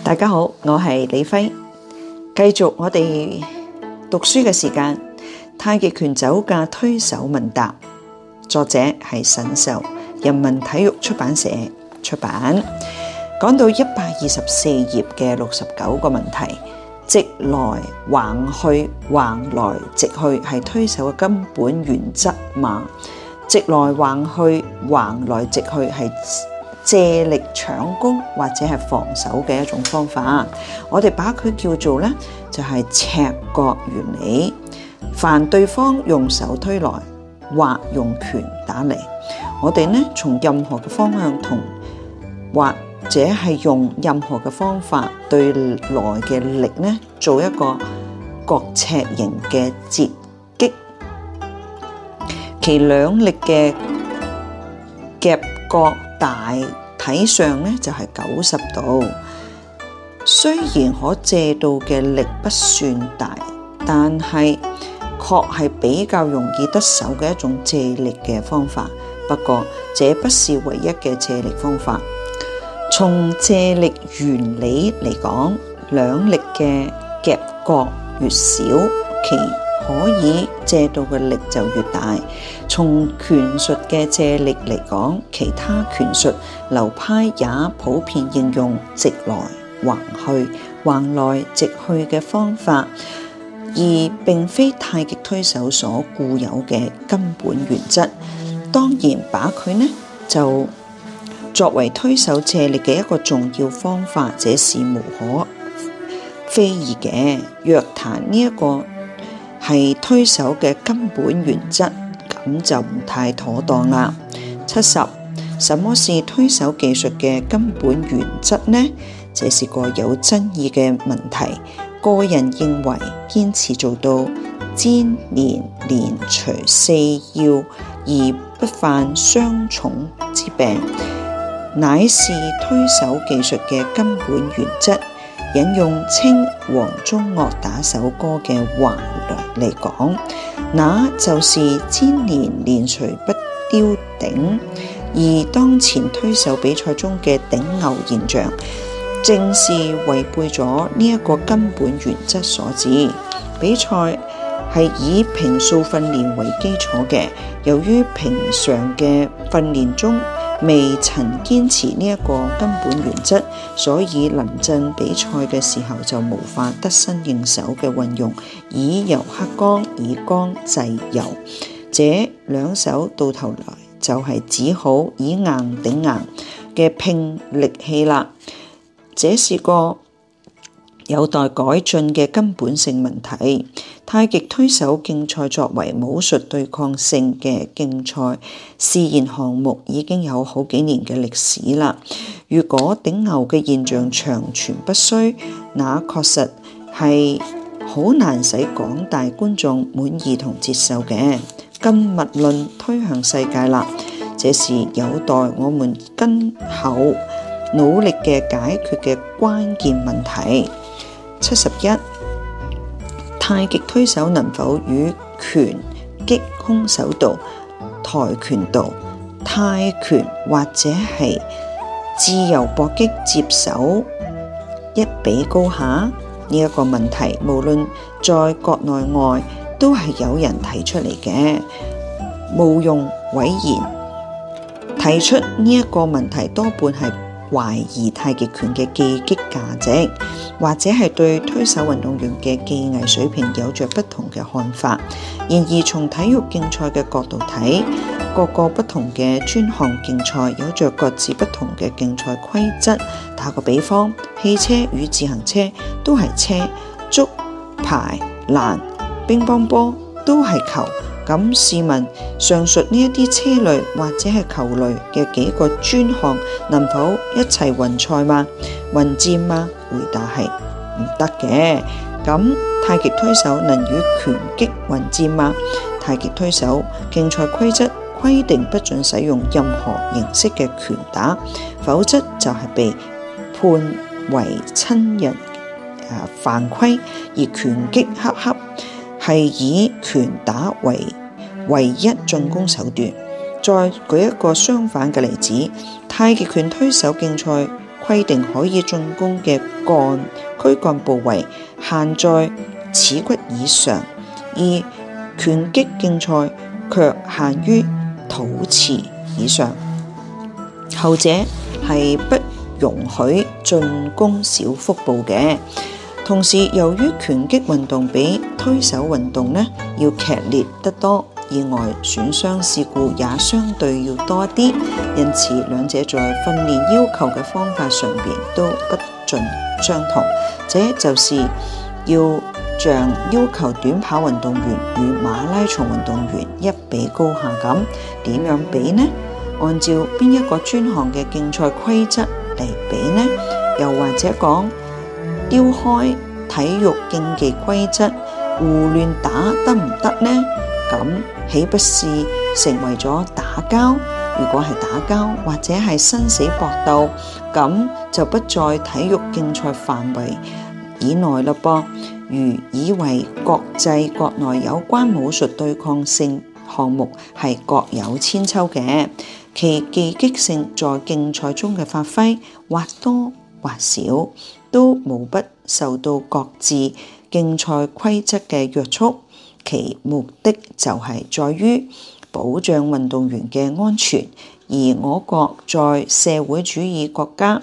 大家好，我係李輝，繼續我哋讀書嘅時間。太極拳走架推手問答，作者係沈壽，人民體育出版社出版。講到124頁嘅69個問題，直來橫去、橫來直去係推手嘅根本原則嘛？直來橫去、橫來直去係借力搶攻或者係防守嘅一種方法，我哋把佢叫做呢，就係赤角原理。凡對方用手推來或用拳打嚟，我哋呢從任何嘅方向同或者係用任何嘅方法對來嘅力呢做一個角尺形嘅截擊，其兩力嘅夾角大體上呢就係90度，雖然可借到嘅力不算大，但係確係比較容易得手嘅一種借力嘅方法。不過這不是唯一嘅借力方法。從借力原理嚟講，兩力嘅夾角越少，其可以借到嘅力就越大。從拳術嘅借力嚟講，其他拳術流派也普遍應用直來橫去、橫來直去嘅方法，而並非太極推手所固有嘅根本原則。當然把佢呢就作為推手借力嘅一個重要方法，這是無可非議嘅。若談呢一個係推手嘅根本原則，咁就唔太妥當啦。70，什麼是推手技術嘅根本原則呢？這是個有爭議嘅問題。個人認為堅持做到粘連連隨四要而不犯雙重之病，乃是推手技術嘅根本原則。引用清黃宗岳打手歌嘅話嚟講，那就是粘連連隨不丟頂。而當前推手比賽中嘅頂牛現象，正是違背咗呢一個根本原則所致。比賽係以平素訓練為基礎嘅，由於平常嘅訓練中未曾堅持呢一個根本原則，所以臨陣比賽嘅時候就無法得心應手嘅運用以柔克剛、以剛制柔，這兩手到頭來就係只好以硬頂硬嘅拼力氣啦。這是個有待改進嘅根本性問題。太極推手競賽作為武術對抗性嘅競賽試驗項目，已經有好幾年嘅歷史啦。如果頂牛嘅現象長存不衰，那確實係好難使廣大觀眾滿意同接受嘅。更勿論推向世界啦，這是有待我們今後努力嘅解決嘅關鍵問題。71，太極推手能否與拳擊空手道、跆拳道、泰拳或者係自由搏擊接手一比高下？呢一個問題無論在國內外都係有人提出嚟嘅，毋庸諱言。提出呢一個問題多半係懷疑太極拳嘅技擊價值，或者係對推手運動員嘅技藝水平有着不同嘅看法。然而從體育競賽嘅角度睇，各個不同嘅專項競賽有着各自不同嘅競賽規則。打個比方，汽車與自行車都係車，竹、排、欄、乒乓波都係球。咁試問上述呢一啲車類或者係球類嘅幾個專項能否一齊混賽嗎？混戰嗎？回答係唔得嘅。咁太極推手能與拳擊混戰嗎？太極推手競賽規則規定不准使用任何形式嘅拳打，否則就係被判為親人犯規。而拳擊恰恰係以拳打為唯一進攻手段。再舉一個相反嘅例子，太極拳推手競賽規定可以進攻嘅軀幹部位限在恥骨以上，而拳擊競賽卻限於肚臍以上。後者係不容許進攻小腹部嘅。同時，由於拳擊運動比推手運動要劇烈得多，意外損傷事故也相對要多一啲，因此兩者在訓練要求嘅方法上邊都不盡相同。這就是要像要求短跑運動員與馬拉松運動員一比高下咁，點樣比呢？按照邊一個專項嘅競賽規則嚟比呢？又或者講丟開體育競技規則胡亂打得唔得呢？咁豈不是成為咗打交？如果係打交或者係生死搏鬥，咁就不在體育競賽範圍以內啦噃。如以為國際國內有關武術對抗性項目係各有千秋嘅，其技擊性在競賽中嘅發揮或多或少都無不受到各自競賽規則嘅約束，其目的就係在於保障運動員嘅安全。而我國在社會主義國家，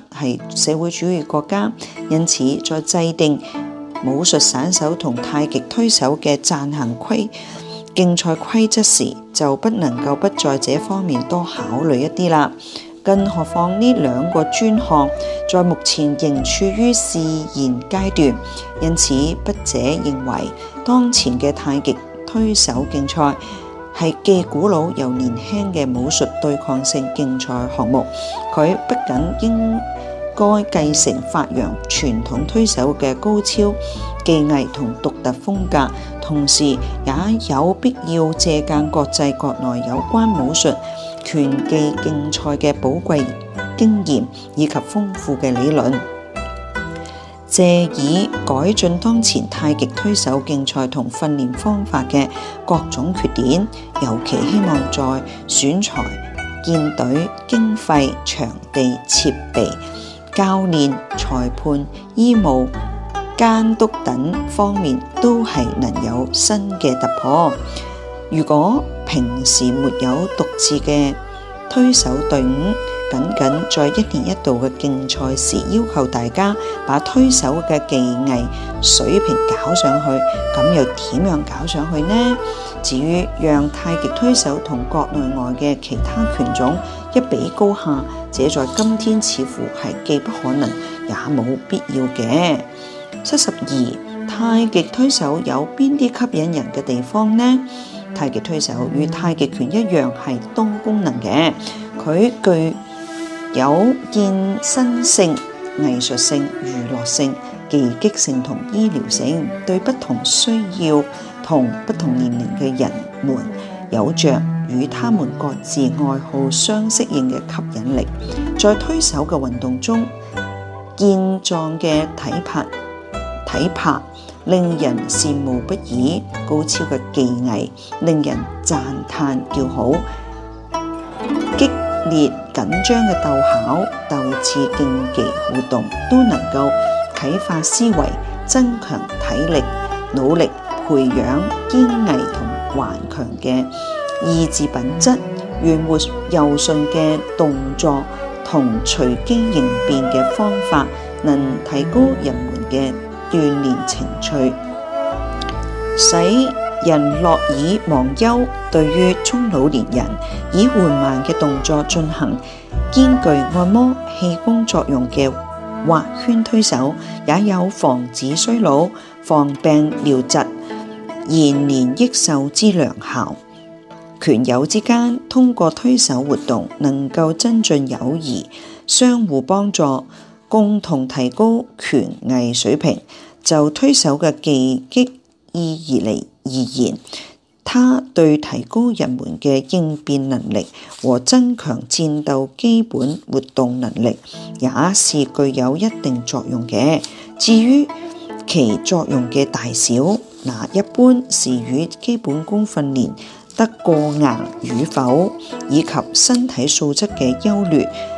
因此在制定武術散手同太極推手嘅暫行競賽規則時，就不能夠不在這方面多考慮一啲啦。更何況呢兩個專項在目前仍處於試驗階段，因此筆者認為當前嘅太極推手競賽係既古老又年輕嘅武術對抗性競賽項目，佢不僅應該繼承發揚傳統推手嘅高超技藝同獨特風格，同時也有必要借鑑國際國內有關武術拳技競賽嘅寶貴經驗以及豐富嘅理論，借以改進當前太極推手競賽同訓練方法嘅各種缺點，尤其希望在選材、建隊、經費、場地、設備、教練、裁判、醫務、監督等方面都係能有新嘅突破。如果平時沒有獨自嘅推手隊伍，僅在一年一度嘅競賽時要求大家把推手嘅技藝水平搞上去，咁又點樣搞上去呢？至於讓太極推手同國內外嘅其他拳種一比高下，這在今天似乎係既不可能也冇必要嘅。72. 太極推手有邊啲吸引人嘅地方呢？太極推手與太極拳一樣係多功能嘅，佢具有健身性、藝術性、娛樂性、技擊性同醫療性，對不同需要同不同年齡嘅人們有着與他們各自愛好相適應嘅吸引力。在推手嘅運動中，健壯嘅體魄令人羨慕不已，高超嘅技藝令人讚嘆叫好，激烈緊張嘅鬥巧、鬥智競技活動都能夠啟發思維、增強體力，努力培養堅毅同頑強嘅意志品質，圓活柔順嘅動作同隨機應變嘅方法，能提高人們嘅鍛煉情趣，使人樂以忘憂。對於中老年人，以緩慢嘅動作進行兼具按摩氣功作用嘅畫圈推手，也有防止衰老、防病療疾、延年益壽之良效。拳友之間通過推手活動，能夠增進友誼，相互幫助，共同提高拳藝水平。就推手嘅技擊意義嚟而言，它對提高人們嘅應變能力和增強戰鬥基本活動能力也是具有一定作用嘅。至於其作用嘅大小，那一般是與基本功訓練得過硬與否，以及身體素質嘅優劣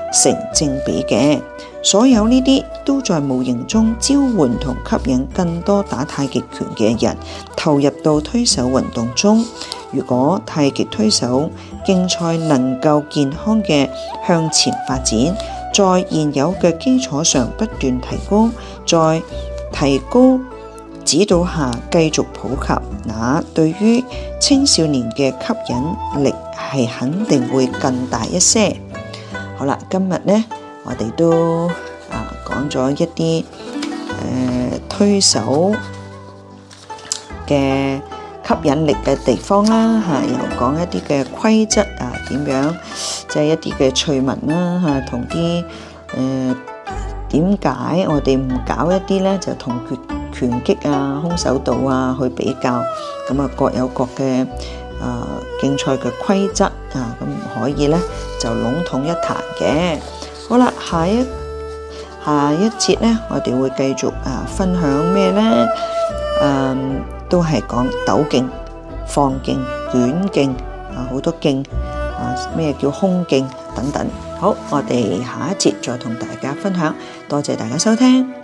成正比嘅。所有呢啲都在無形中召喚同吸引更多打太極拳嘅人投入到推手運動中。如果太極推手競賽能夠健康嘅向前發展，在現有嘅基礎上不斷提高，在提高指導下繼續普及，那對於青少年嘅吸引力係肯定會更大一些。好啦，今日呢我哋都講咗一啲推手嘅吸引力嘅地方啦，又講一啲嘅規則點樣，即係一啲嘅趣聞啦，同啲點解我哋唔搞一啲咧，就同拳擊空手道去比較，咁各有各嘅競賽嘅規則咁唔可以咧就籠統一談嘅。好啦，下一節咧，我哋會繼續分享咩咧？都係講抖勁、放勁、捲勁好多勁咩叫空勁等等。好，我哋下一節再同大家分享。多謝大家收聽。